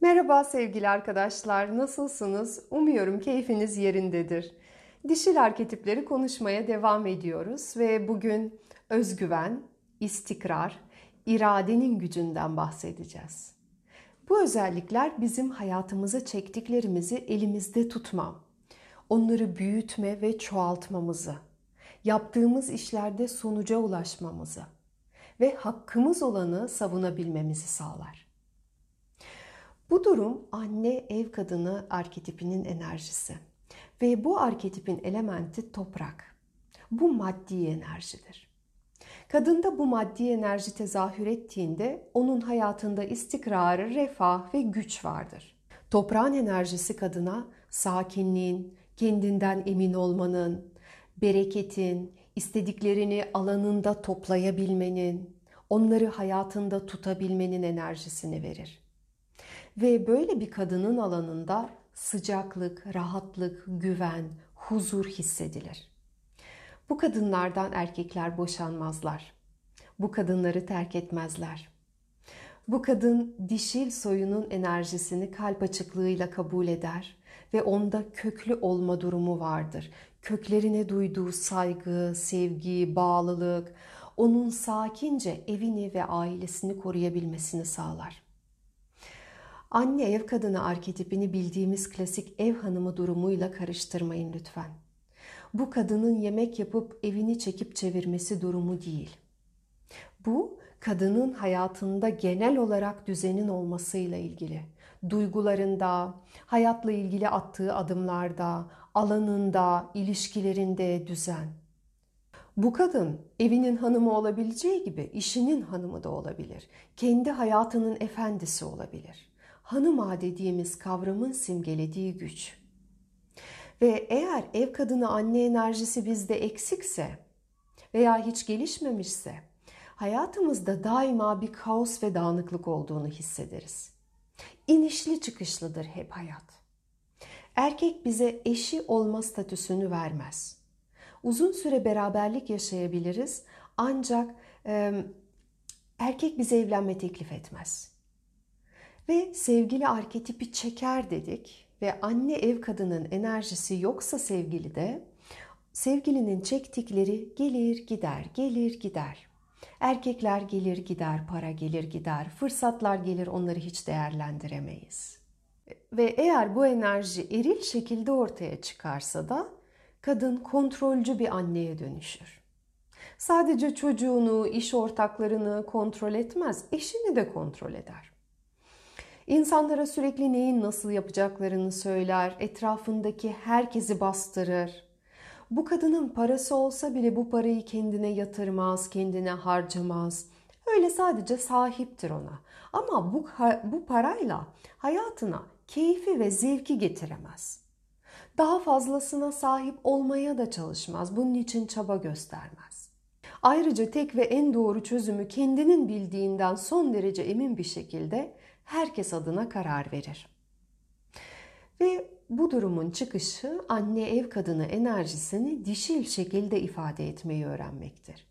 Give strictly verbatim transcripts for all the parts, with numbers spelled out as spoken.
Merhaba sevgili arkadaşlar, nasılsınız? Umuyorum keyfiniz yerindedir. Dişil arketipleri konuşmaya devam ediyoruz ve bugün özgüven, istikrar, iradenin gücünden bahsedeceğiz. Bu özellikler bizim hayatımıza çektiklerimizi elimizde tutma, onları büyütme ve çoğaltmamızı, yaptığımız işlerde sonuca ulaşmamızı ve hakkımız olanı savunabilmemizi sağlar. Bu durum anne ev kadını arketipinin enerjisi ve bu arketipin elementi toprak. Bu maddi enerjidir. Kadında bu maddi enerji tezahür ettiğinde onun hayatında istikrarı, refah ve güç vardır. Toprağın enerjisi kadına sakinliğin, kendinden emin olmanın, bereketin, istediklerini alanında toplayabilmenin, onları hayatında tutabilmenin enerjisini verir. Ve böyle bir kadının alanında sıcaklık, rahatlık, güven, huzur hissedilir. Bu kadınlardan erkekler boşanmazlar. Bu kadınları terk etmezler. Bu kadın dişil soyunun enerjisini kalp açıklığıyla kabul eder ve onda köklü olma durumu vardır. Köklerine duyduğu saygı, sevgi, bağlılık onun sakince evini ve ailesini koruyabilmesini sağlar. Anne ev kadını arketipini bildiğimiz klasik ev hanımı durumuyla karıştırmayın lütfen. Bu kadının yemek yapıp evini çekip çevirmesi durumu değil. Bu kadının hayatında genel olarak düzenin olmasıyla ilgili. Duygularında, hayatla ilgili attığı adımlarda, alanında, ilişkilerinde düzen. Bu kadın evinin hanımı olabileceği gibi işinin hanımı da olabilir. Kendi hayatının efendisi olabilir. Hanım ağa dediğimiz kavramın simgelediği güç. Ve eğer ev kadını anne enerjisi bizde eksikse veya hiç gelişmemişse hayatımızda daima bir kaos ve dağınıklık olduğunu hissederiz. İnişli çıkışlıdır hep hayat. Erkek bize eşi olma statüsünü vermez. Uzun süre beraberlik yaşayabiliriz ancak e, erkek bize evlenme teklif etmez. Ve sevgili arketipi çeker dedik ve anne ev kadının enerjisi yoksa sevgilide sevgilinin çektikleri gelir gider, gelir gider. Erkekler gelir gider, para gelir gider, fırsatlar gelir onları hiç değerlendiremeyiz. Ve eğer bu enerji eril şekilde ortaya çıkarsa da kadın kontrolcü bir anneye dönüşür. Sadece çocuğunu, iş ortaklarını kontrol etmez, eşini de kontrol eder. İnsanlara sürekli neyin nasıl yapacaklarını söyler, etrafındaki herkesi bastırır. Bu kadının parası olsa bile bu parayı kendine yatırmaz, kendine harcamaz. Öyle sadece sahiptir ona. Ama bu, bu parayla hayatına keyfi ve zevki getiremez. Daha fazlasına sahip olmaya da çalışmaz. Bunun için çaba göstermez. Ayrıca tek ve en doğru çözümü kendinin bildiğinden son derece emin bir şekilde herkes adına karar verir. Ve bu durumun çıkışı anne ev kadını enerjisini dişil şekilde ifade etmeyi öğrenmektir.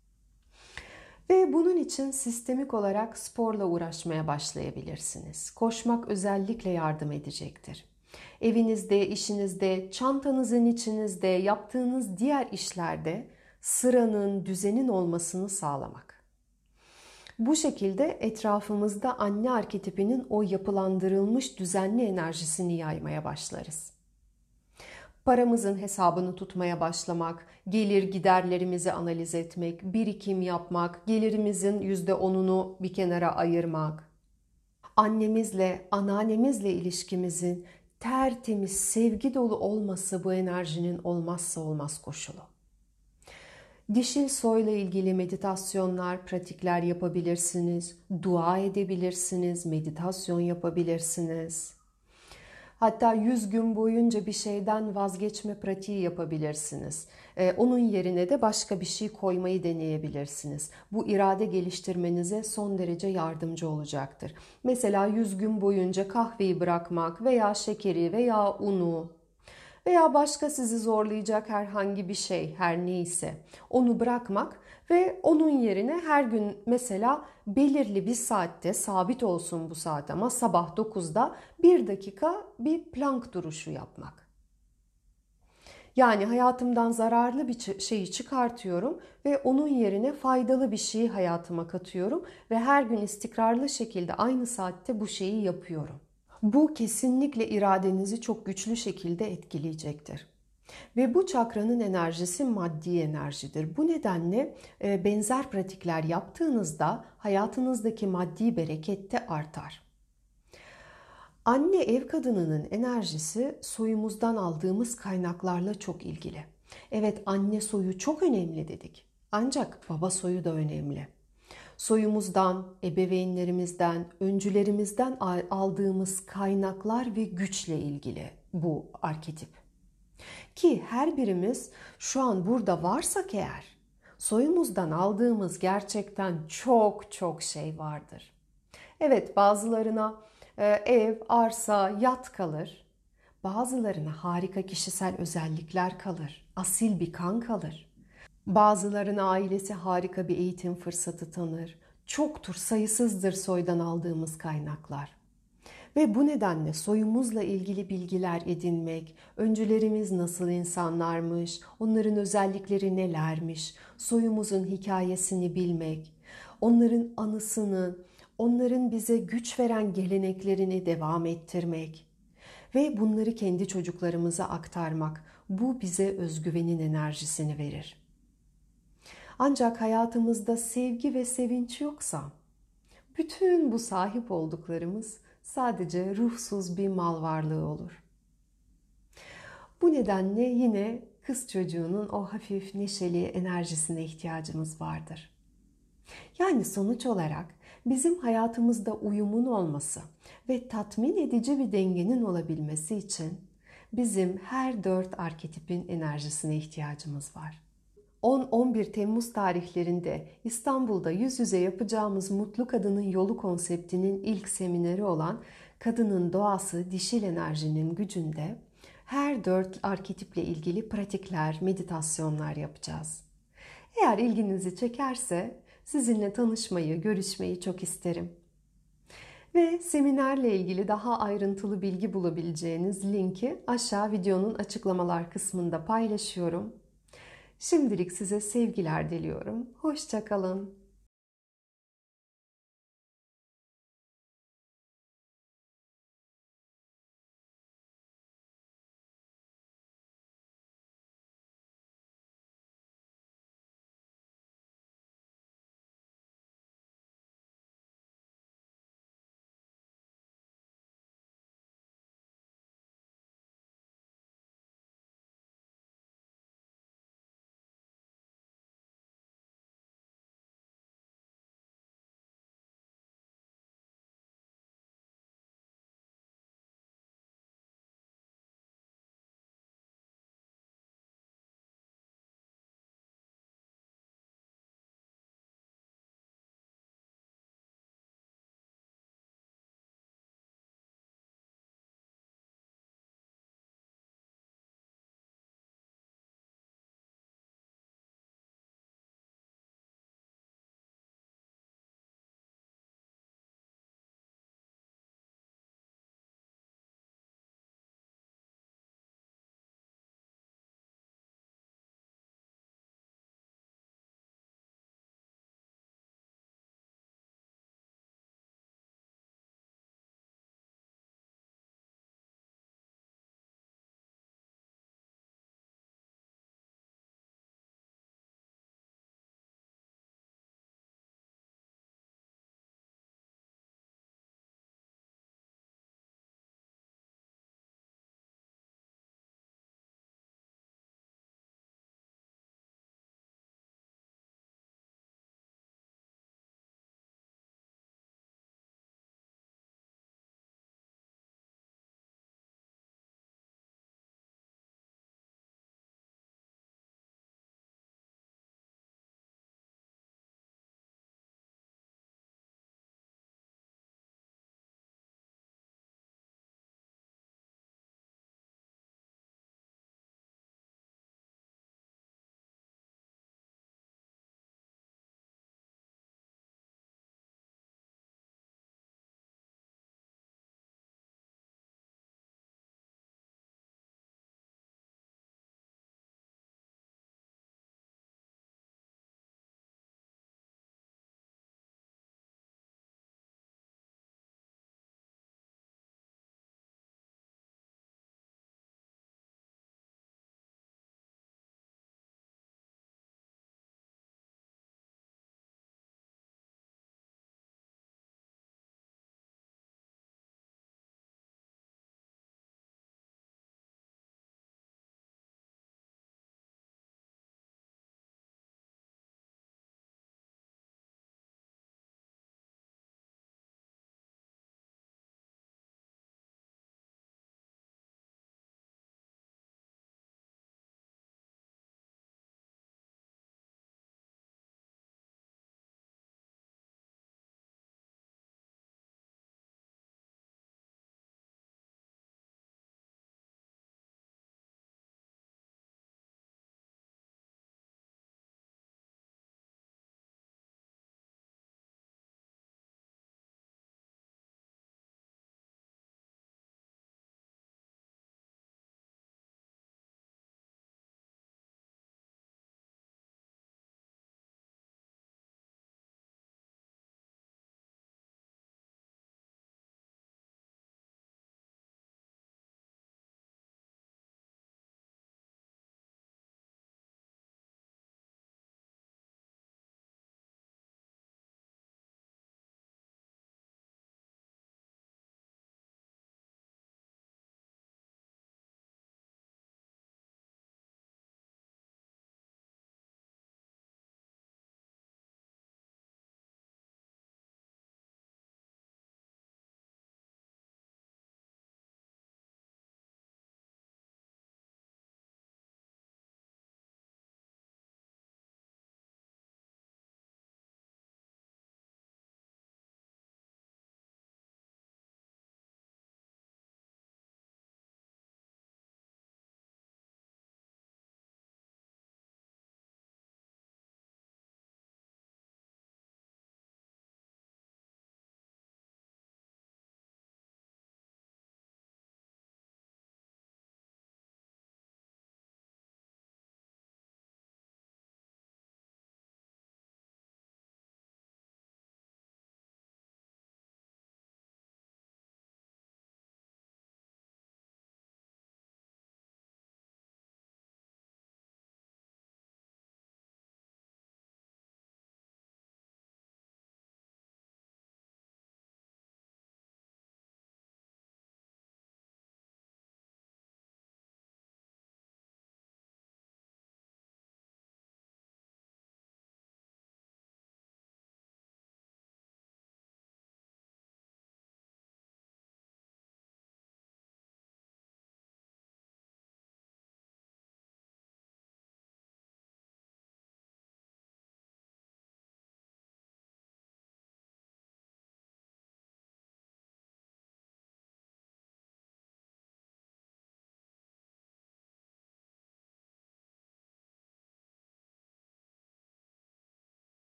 Ve bunun için sistemik olarak sporla uğraşmaya başlayabilirsiniz. Koşmak özellikle yardım edecektir. Evinizde, işinizde, çantanızın içinizde, yaptığınız diğer işlerde sıranın, düzenin olmasını sağlamak. Bu şekilde etrafımızda anne arketipinin o yapılandırılmış düzenli enerjisini yaymaya başlarız. Paramızın hesabını tutmaya başlamak, gelir giderlerimizi analiz etmek, birikim yapmak, gelirimizin yüzde onunu bir kenara ayırmak. Annemizle, anneannemizle ilişkimizin tertemiz, sevgi dolu olması bu enerjinin olmazsa olmaz koşulu. Dişil soyla ilgili meditasyonlar, pratikler yapabilirsiniz. Dua edebilirsiniz, meditasyon yapabilirsiniz. Hatta yüz gün boyunca bir şeyden vazgeçme pratiği yapabilirsiniz. Ee, onun yerine de başka bir şey koymayı deneyebilirsiniz. Bu irade geliştirmenize son derece yardımcı olacaktır. Mesela yüz gün boyunca kahveyi bırakmak veya şekeri veya unu veya başka sizi zorlayacak herhangi bir şey her neyse onu bırakmak Ve onun yerine her gün mesela belirli bir saatte, sabit olsun bu saat ama sabah dokuzda bir dakika bir plank duruşu yapmak. Yani hayatımdan zararlı bir şeyi çıkartıyorum ve onun yerine faydalı bir şeyi hayatıma katıyorum ve her gün istikrarlı şekilde aynı saatte bu şeyi yapıyorum. Bu kesinlikle iradenizi çok güçlü şekilde etkileyecektir. Ve bu çakranın enerjisi maddi enerjidir. Bu nedenle benzer pratikler yaptığınızda hayatınızdaki maddi bereket de artar. Anne ev kadınının enerjisi soyumuzdan aldığımız kaynaklarla çok ilgili. Evet, anne soyu çok önemli dedik. Ancak baba soyu da önemli. Soyumuzdan, ebeveynlerimizden, öncülerimizden aldığımız kaynaklar ve güçle ilgili bu arketip. Ki her birimiz şu an burada varsak eğer, soyumuzdan aldığımız gerçekten çok çok şey vardır. Evet, bazılarına ev, arsa, yat kalır. Bazılarına harika kişisel özellikler kalır. Asil bir kan kalır. Bazılarına ailesi harika bir eğitim fırsatı tanır. Çoktur, sayısızdır soydan aldığımız kaynaklar. Ve bu nedenle soyumuzla ilgili bilgiler edinmek, öncülerimiz nasıl insanlarmış, onların özellikleri nelermiş, soyumuzun hikayesini bilmek, onların anısını, onların bize güç veren geleneklerini devam ettirmek ve bunları kendi çocuklarımıza aktarmak, bu bize özgüvenin enerjisini verir. Ancak hayatımızda sevgi ve sevinç yoksa, bütün bu sahip olduklarımız sadece ruhsuz bir mal varlığı olur. Bu nedenle yine kız çocuğunun o hafif neşeli enerjisine ihtiyacımız vardır. Yani sonuç olarak bizim hayatımızda uyumun olması ve tatmin edici bir dengenin olabilmesi için bizim her dört arketipin enerjisine ihtiyacımız var. on on bir Temmuz tarihlerinde İstanbul'da yüz yüze yapacağımız Mutlu Kadının Yolu konseptinin ilk semineri olan Kadının Doğası Dişil Enerjinin Gücünde her dört arketiple ilgili pratikler, meditasyonlar yapacağız. Eğer ilginizi çekerse sizinle tanışmayı, görüşmeyi çok isterim. Ve seminerle ilgili daha ayrıntılı bilgi bulabileceğiniz linki aşağı videonun açıklamalar kısmında paylaşıyorum. Şimdilik size sevgiler diliyorum. Hoşça kalın.